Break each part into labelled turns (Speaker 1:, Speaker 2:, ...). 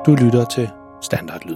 Speaker 1: Du lytter til Standardlyd.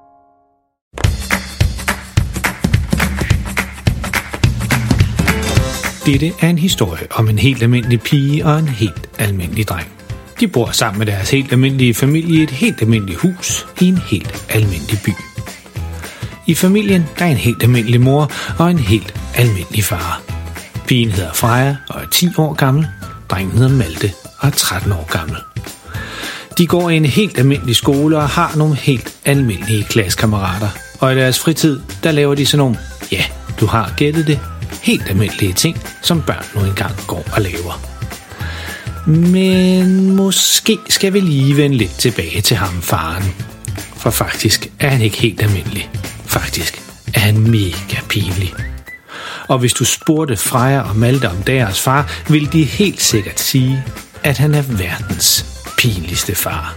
Speaker 1: Dette er en historie om en helt almindelig pige og en helt almindelig dreng. De bor sammen med deres helt almindelige familie i et helt almindeligt hus i en helt almindelig by. I familien der er en helt almindelig mor og en helt almindelig far. Pigen hedder Freja og er 10 år gammel. Drengen hedder Malte og er 13 år gammel. De går i en helt almindelig skole og har nogle helt almindelige klassekammerater. Og i deres fritid, der laver de sådan nogle, ja, du har gættet det, helt almindelige ting, som børn nu engang går og laver. Men måske skal vi lige vende lidt tilbage til ham, faren. For faktisk er han ikke helt almindelig. Faktisk er han mega pinlig. Og hvis du spurgte Freja og Malte om deres far, ville de helt sikkert sige, at han er verdens pinligste far.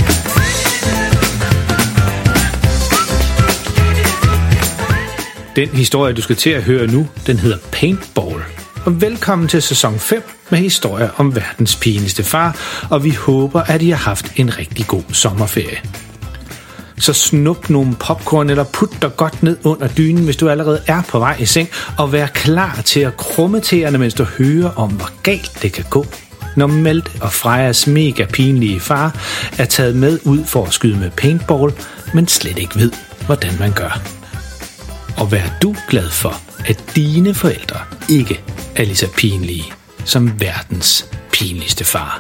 Speaker 1: Den historie, du skal til at høre nu, den hedder Paintball. Og velkommen til sæson 5 med historier om verdens pinligste far, og vi håber, at I har haft en rigtig god sommerferie. Så snup nogle popcorn eller put dig godt ned under dynen, hvis du allerede er på vej i seng, og vær klar til at krumme tæerne, mens du hører om, hvor galt det kan gå, når Malte og Frejas mega pinlige far er taget med ud for at skyde med paintball, men slet ikke ved, hvordan man gør. Og vær du glad for, at dine forældre ikke er lige så pinlige som verdens pinligste far.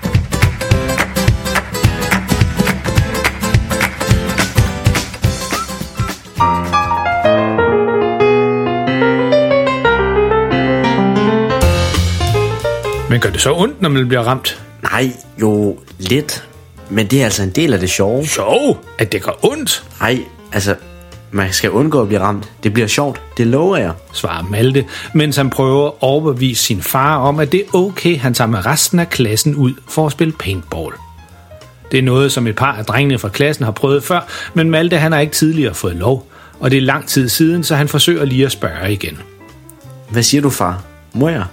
Speaker 1: Men gør det så ondt, når man bliver ramt?
Speaker 2: Nej, jo lidt. Men det er altså en del af det sjove.
Speaker 1: Sjov? At det gør ondt?
Speaker 2: Nej, altså, man skal undgå at blive ramt. Det bliver sjovt, det lover jeg,
Speaker 1: svarer Malte, mens han prøver at overbevise sin far om, at det er okay, han tager med resten af klassen ud for at spille paintball. Det er noget, som et par af drengene fra klassen har prøvet før, men Malte han har ikke tidligere fået lov, og det er lang tid siden, så han forsøger lige at spørge igen.
Speaker 2: Hvad siger du, far? Må jeg?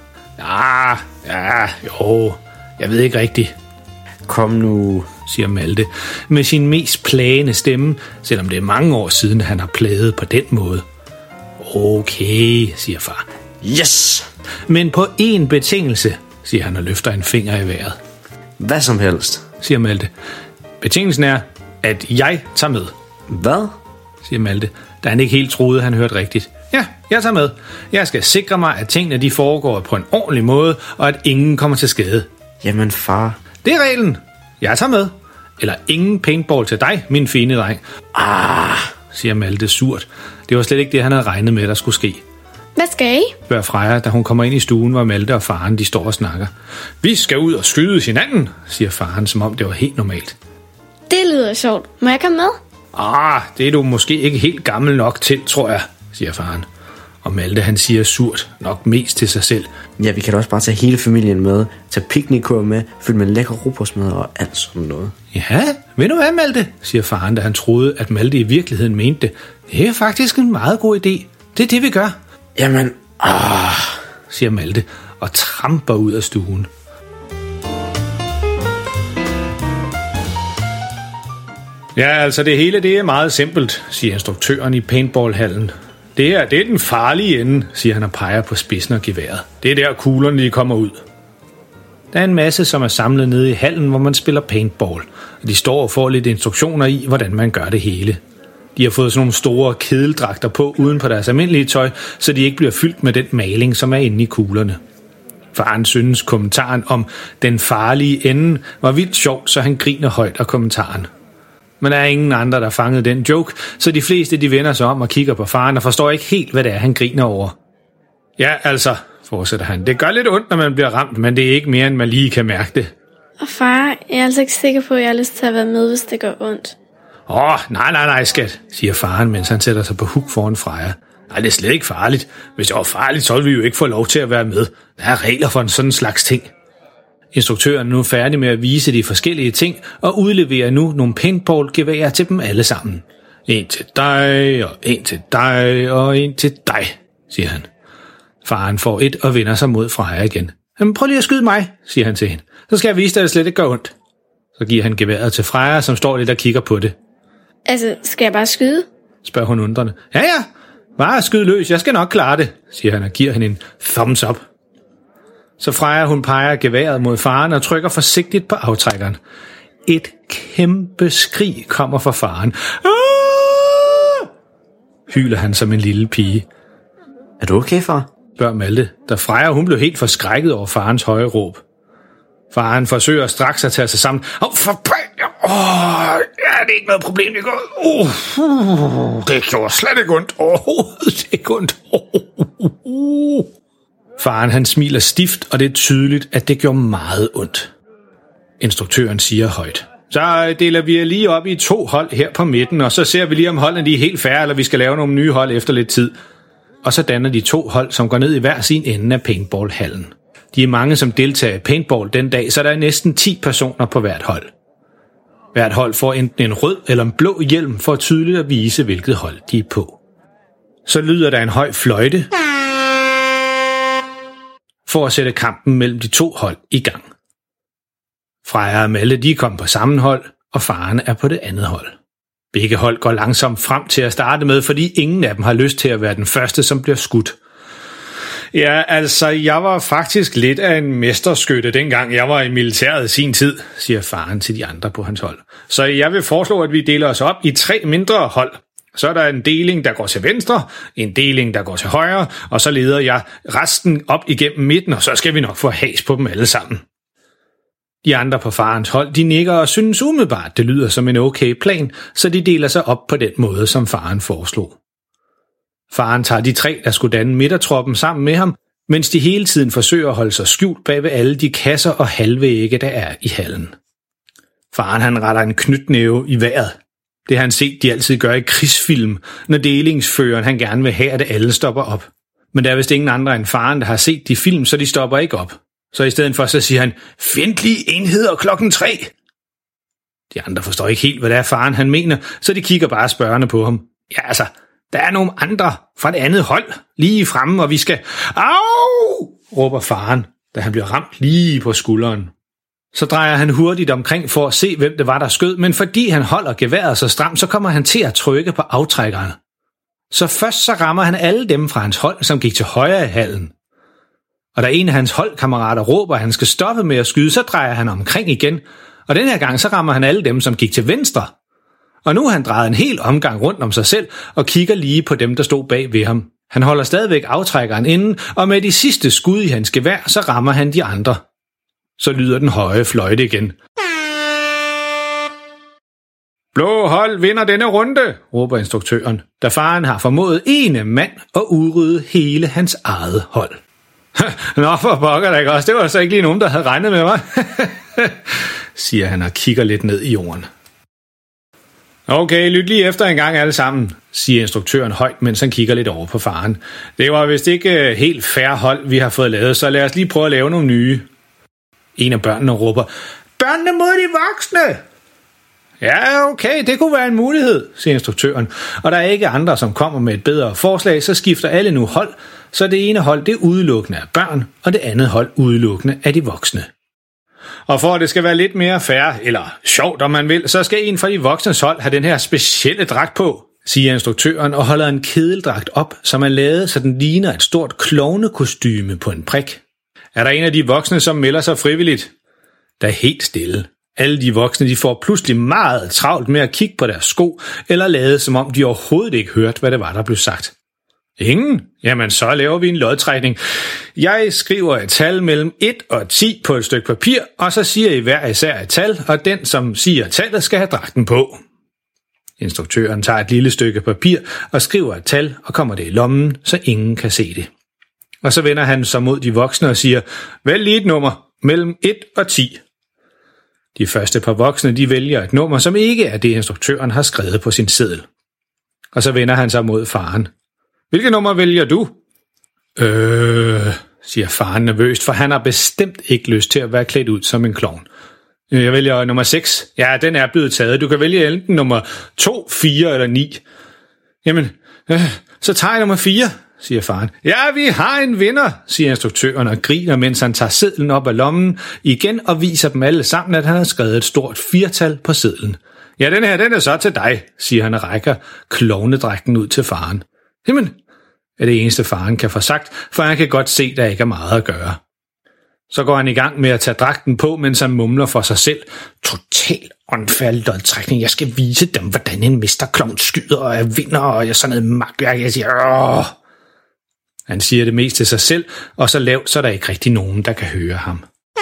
Speaker 1: Jo, jeg ved ikke rigtigt.
Speaker 2: Kom nu,
Speaker 1: siger Malte med sin mest plagende stemme, selvom det er mange år siden, han har plaget på den måde. Okay, siger far.
Speaker 2: Yes!
Speaker 1: Men på én betingelse, siger han og løfter en finger i vejret.
Speaker 2: Hvad som helst,
Speaker 1: siger Malte. Betingelsen er, at jeg tager med.
Speaker 2: Hvad?
Speaker 1: siger Malte, da han ikke helt troede, han hørte rigtigt. Ja, jeg tager med. Jeg skal sikre mig, at tingene de foregår på en ordentlig måde, og at ingen kommer til skade.
Speaker 2: Jamen far.
Speaker 1: Det er reglen. Jeg tager med. Eller ingen paintball til dig, min fine dreng. Siger Malte surt. Det var slet ikke det, han havde regnet med, der skulle ske.
Speaker 3: Hvad skal I?
Speaker 1: Spørger Freja, da hun kommer ind i stuen, hvor Malte og faren de står og snakker. Vi skal ud og skyde hinanden, siger faren, som om det var helt normalt.
Speaker 3: Det lyder sjovt. Må jeg komme med?
Speaker 1: Det er du måske ikke helt gammel nok til, tror jeg, siger faren. Og Malte han siger surt, nok mest til sig selv.
Speaker 2: Ja, vi kan da også bare tage hele familien med, tage piknikkurv med, fylde med lækker rugbrødsmad og alt sådan noget.
Speaker 1: Ja, ved du hvad, Malte, siger faren, da han troede, at Malte i virkeligheden mente det. Det er faktisk en meget god idé. Det er det, vi gør.
Speaker 2: Jamen,
Speaker 1: siger Malte og tramper ud af stuen. Ja, altså det hele det er meget simpelt, siger instruktøren i paintballhallen. Det er den farlige ende, siger han og peger på spidsen og geværet. Det er der kuglerne de kommer ud. Der er en masse, som er samlet nede i hallen, hvor man spiller paintball. Og de står og får lidt instruktioner i, hvordan man gør det hele. De har fået sådan nogle store kedeldragter på uden på deres almindelige tøj, så de ikke bliver fyldt med den maling, som er inde i kuglerne. Faren synes kommentaren om den farlige ende var vildt sjov, så han griner højt af kommentaren. Men der er ingen andre, der fangede den joke, så de fleste de vender sig om og kigger på faren og forstår ikke helt, hvad det er, han griner over. Ja, altså, fortsætter han. Det gør lidt ondt, når man bliver ramt, men det er ikke mere, end man lige kan mærke det.
Speaker 3: Og far, jeg er altså ikke sikker på, at jeg har lyst til at være med, hvis det gør ondt.
Speaker 1: Nej, skat, siger faren, mens han sætter sig på huk foran Freja. Nej, det er slet ikke farligt. Hvis det var farligt, så ville vi jo ikke få lov til at være med. Der er regler for en sådan slags ting. Instruktøren er nu færdig med at vise de forskellige ting og udleverer nu nogle paintball-geværer til dem alle sammen. En til dig, og en til dig, og en til dig, siger han. Faren får et og vender sig mod Freja igen. Jamen, prøv lige at skyde mig, siger han til hende. Så skal jeg vise dig, at det slet ikke gør ondt. Så giver han geværet til Freja, som står lidt og kigger på det.
Speaker 3: Altså, skal jeg bare skyde?
Speaker 1: Spørger hun undrende. Ja, bare skyd løs, jeg skal nok klare det, siger han og giver hende en thumbs up. Så Freja, hun peger geværet mod faren og trykker forsigtigt på aftrækkeren. Et kæmpe skrig kommer fra faren. Hyler han som en lille pige.
Speaker 2: Er du okay, far?
Speaker 1: Spørger Malte, da Freja, hun blev helt forskrækket over farens høje råb. Faren forsøger straks at tage sig sammen. Ja, det er ikke noget problem, det går. Det gjorde slet ikke ondt. Det er ondt. Faren, han smiler stift, og det er tydeligt, at det gjorde meget ondt. Instruktøren siger højt. Så deler vi lige op i 2 hold her på midten, og så ser vi lige, om holdene de er helt færre, eller vi skal lave nogle nye hold efter lidt tid. Og så danner de 2 hold, som går ned i hver sin ende af paintballhallen. De er mange, som deltager i paintball den dag, så der er næsten 10 personer på hvert hold. Hvert hold får enten en rød eller en blå hjelm for tydeligt at vise, hvilket hold de er på. Så lyder der en høj fløjte for at sætte kampen mellem de 2 hold i gang. Freja og Malte, de er kommet på samme hold, og faren er på det andet hold. Begge hold går langsomt frem til at starte med, fordi ingen af dem har lyst til at være den første, som bliver skudt. Ja, altså, jeg var faktisk lidt af en mesterskytte, dengang jeg var i militæret i sin tid, siger faren til de andre på hans hold. Så jeg vil foreslå, at vi deler os op i 3 mindre hold. Så er der en deling, der går til venstre, en deling, der går til højre, og så leder jeg resten op igennem midten, og så skal vi nok få has på dem alle sammen. De andre på farens hold, de nikker og synes umiddelbart, det lyder som en okay plan, så de deler sig op på den måde, som faren foreslog. Faren tager de 3, der skulle danne midtertroppen sammen med ham, mens de hele tiden forsøger at holde sig skjult bag ved alle de kasser og halvvægge, der er i hallen. Faren, han retter en knytnæve i vejret. Det har han set, de altid gør i krigsfilm, når delingsføreren han gerne vil have, at alle stopper op. Men der er vist ingen andre end faren, der har set de film, så de stopper ikke op. Så i stedet for, så siger han, fjendtlige enheder 3:00. De andre forstår ikke helt, hvad det er faren han mener, så de kigger bare spørgende på ham. Ja, altså, der er nogle andre fra det andet hold lige fremme, og vi skal... Au! Råber faren, da han bliver ramt lige på skulderen. Så drejer han hurtigt omkring for at se, hvem det var, der skød, men fordi han holder geværet så stramt, så kommer han til at trykke på aftrækkeren. Så først så rammer han alle dem fra hans hold, som gik til højre i hallen. Og da en af hans holdkammerater råber, at han skal stoppe med at skyde, så drejer han omkring igen. Og den her gang, så rammer han alle dem, som gik til venstre. Og nu har han drejet en hel omgang rundt om sig selv og kigger lige på dem, der stod bag ved ham. Han holder stadigvæk aftrækkeren inden, og med de sidste skud i hans gevær, så rammer han de andre. Så lyder den høje fløjte igen. Blå hold vinder denne runde, råber instruktøren, da faren har formået ene mand at udrydde hele hans eget hold. Nå, for pokker da ikke også. Det var så ikke lige nogen, der havde regnet med mig, siger han og kigger lidt ned i jorden. Okay, lyt lige efter en gang alle sammen, siger instruktøren højt, mens han kigger lidt over på faren. Det var vist ikke helt fair hold, vi har fået lavet, så lad os lige prøve at lave nogle nye. En af børnene råber, børnene mod de voksne! Ja, okay, det kunne være en mulighed, siger instruktøren, og der er ikke andre, som kommer med et bedre forslag, så skifter alle nu hold, så det ene hold det er udelukkende af børn, og det andet hold udelukkende af de voksne. Og for at det skal være lidt mere fair, eller sjovt om man vil, så skal en fra de voksnes hold have den her specielle dragt på, siger instruktøren og holder en kedeldragt op, som er lavet, så den ligner et stort klovnekostyme på en prik. Er der en af de voksne, som melder sig frivilligt? Der er helt stille. Alle de voksne de får pludselig meget travlt med at kigge på deres sko, eller lade som om de overhovedet ikke hørte, hvad det var, der blev sagt. Ingen? Jamen, så laver vi en lodtrækning. Jeg skriver et tal mellem 1 og 10 på et stykke papir, og så siger I hver især et tal, og den, som siger tallet, skal have dragten på. Instruktøren tager et lille stykke papir og skriver et tal, og kommer det i lommen, så ingen kan se det. Og så vender han sig mod de voksne og siger, vælg lige et nummer mellem 1 og 10. De første par voksne, de vælger et nummer, som ikke er det, instruktøren har skrevet på sin seddel. Og så vender han sig mod faren. Hvilket nummer vælger du? Siger faren nervøst, for han har bestemt ikke lyst til at være klædt ud som en klovn. Jeg vælger nummer 6. Ja, den er blevet taget. Du kan vælge enten nummer 2, 4 eller 9. Jamen, så tager jeg nummer 4, siger faren. Ja, vi har en vinder, siger instruktøren og griner, mens han tager sedlen op af lommen igen og viser dem alle sammen, at han har skrevet et stort 4-tal på sedlen. Ja, den her, den er så til dig, siger han og rækker klovnedrægten ud til faren. Jamen, er det eneste faren kan få sagt, for han kan godt se, at der ikke er meget at gøre. Så går han i gang med at tage dragten på, mens han mumler for sig selv. Total åndfærdig lodtrækning. Jeg skal vise dem, hvordan en mesterklovn skyder og er vinder, og jeg sådan noget magtværk. Jeg siger, åh. Han siger det mest til sig selv, og så lavt, så er der ikke rigtig nogen, der kan høre ham.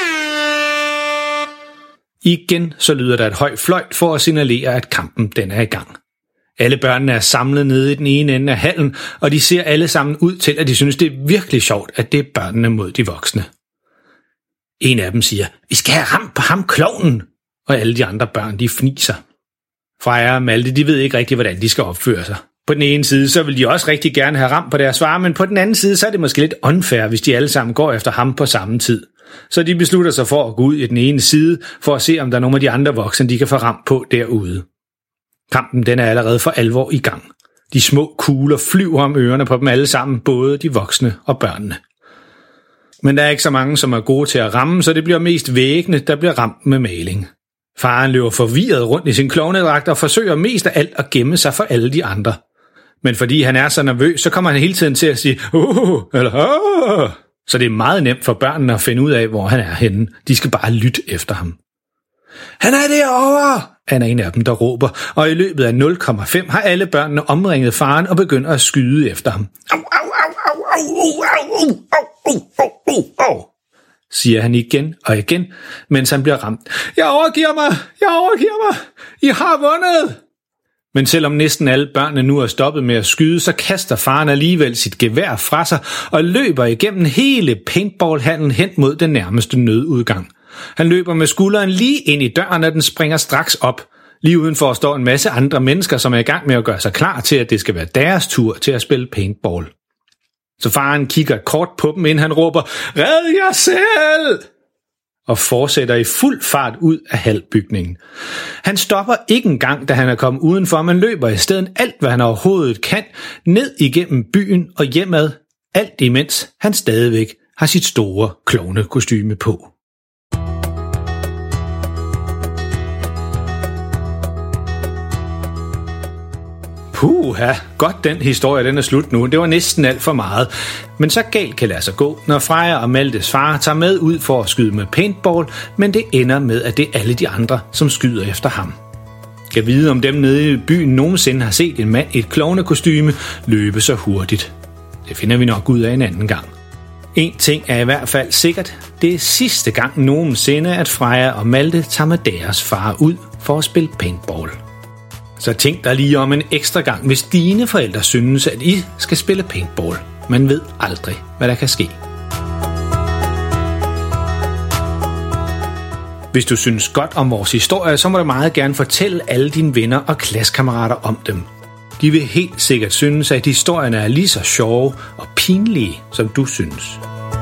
Speaker 1: Igen så lyder der et højt fløjt for at signalere, at kampen den er i gang. Alle børnene er samlet nede i den ene ende af hallen, og de ser alle sammen ud til, at de synes, det er virkelig sjovt, at det er børnene mod de voksne. En af dem siger, vi skal have ram på ham klovnen, og alle de andre børn, de fniser. Freja og Malte, de ved ikke rigtig, hvordan de skal opføre sig. På den ene side, så vil de også rigtig gerne have ram på deres far, men på den anden side, så er det måske lidt unfair, hvis de alle sammen går efter ham på samme tid. Så de beslutter sig for at gå ud i den ene side, for at se, om der er nogle af de andre voksne, de kan få ram på derude. Kampen, den er allerede for alvor i gang. De små kugler flyver om ørerne på dem alle sammen, både de voksne og børnene. Men der er ikke så mange, som er gode til at ramme, så det bliver mest væggene, der bliver ramt med maling. Faren løber forvirret rundt i sin klovnedragt og forsøger mest af alt at gemme sig for alle de andre. Men fordi han er så nervøs, så kommer han hele tiden til at sige, eller Så det er meget nemt for børnene at finde ud af, hvor han er henne. De skal bare lytte efter ham. Han er derovre, er en af dem, der råber, og i løbet af 0,5 har alle børnene omringet faren og begynder at skyde efter ham. Siger han igen og igen, mens han bliver ramt. Jeg overgiver mig, I har vundet! Men selvom næsten alle børnene nu er stoppet med at skyde, så kaster faren alligevel sit gevær fra sig og løber igennem hele paintballhallen hen mod den nærmeste nødudgang. Han løber med skulderen lige ind i døren, og den springer straks op. Lige udenfor står en masse andre mennesker, som er i gang med at gøre sig klar til, at det skal være deres tur til at spille paintball. Så faren kigger kort på dem, inden han råber, red jer selv! Og fortsætter i fuld fart ud af halbygningen. Han stopper ikke engang, da han er kommet udenfor, men løber i stedet alt, hvad han overhovedet kan, ned igennem byen og hjemad, alt imens han stadigvæk har sit store klovnekostyme på. Puha, godt den historie, den er slut nu. Det var næsten alt for meget. Men så galt kan lade sig gå, når Freja og Maltes far tager med ud for at skyde med paintball, men det ender med, at det er alle de andre, som skyder efter ham. Kan vide, om dem nede i byen nogensinde har set en mand i et klovnekostyme løbe så hurtigt. Det finder vi nok ud af en anden gang. En ting er i hvert fald sikkert. Det er sidste gang nogensinde, at Freja og Malte tager med deres far ud for at spille paintball. Så tænk dig lige om en ekstra gang, hvis dine forældre synes, at I skal spille paintball. Man ved aldrig, hvad der kan ske. Hvis du synes godt om vores historie, så må du meget gerne fortælle alle dine venner og klassekammerater om dem. De vil helt sikkert synes, at historierne er lige så sjove og pinlige, som du synes.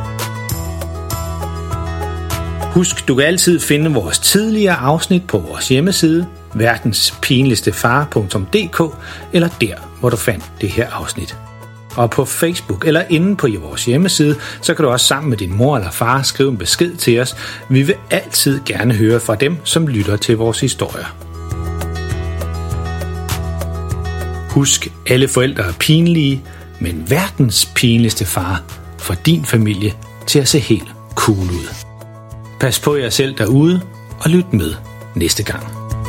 Speaker 1: Husk, du kan altid finde vores tidligere afsnit på vores hjemmeside, verdenspinligstefar.dk, eller der, hvor du fandt det her afsnit. Og på Facebook eller inde på vores hjemmeside, så kan du også sammen med din mor eller far skrive en besked til os. Vi vil altid gerne høre fra dem, som lytter til vores historier. Husk, alle forældre er pinlige, men verdens pinligste far får din familie til at se helt cool ud. Pas på jer selv derude, og lyt med næste gang.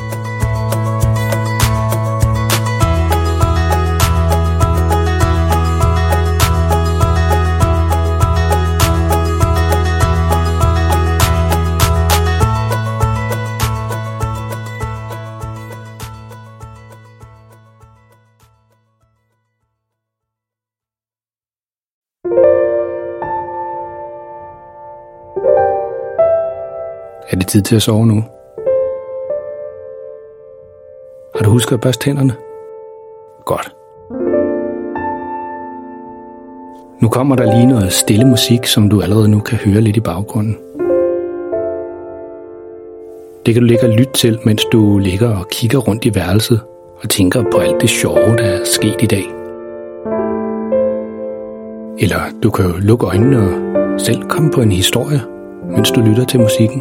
Speaker 1: Er det tid til at sove nu? Har du husket at børste tænderne? Godt. Nu kommer der lige noget stille musik, som du allerede nu kan høre lidt i baggrunden. Det kan du ligge og lytte til, mens du ligger og kigger rundt i værelset og tænker på alt det sjove, der er sket i dag.
Speaker 4: Eller du kan jo lukke øjnene og selv komme på en historie, mens du lytter til musikken.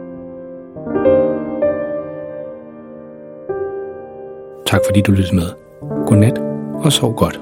Speaker 4: Tak fordi du lyttede med. Godnat og sov godt.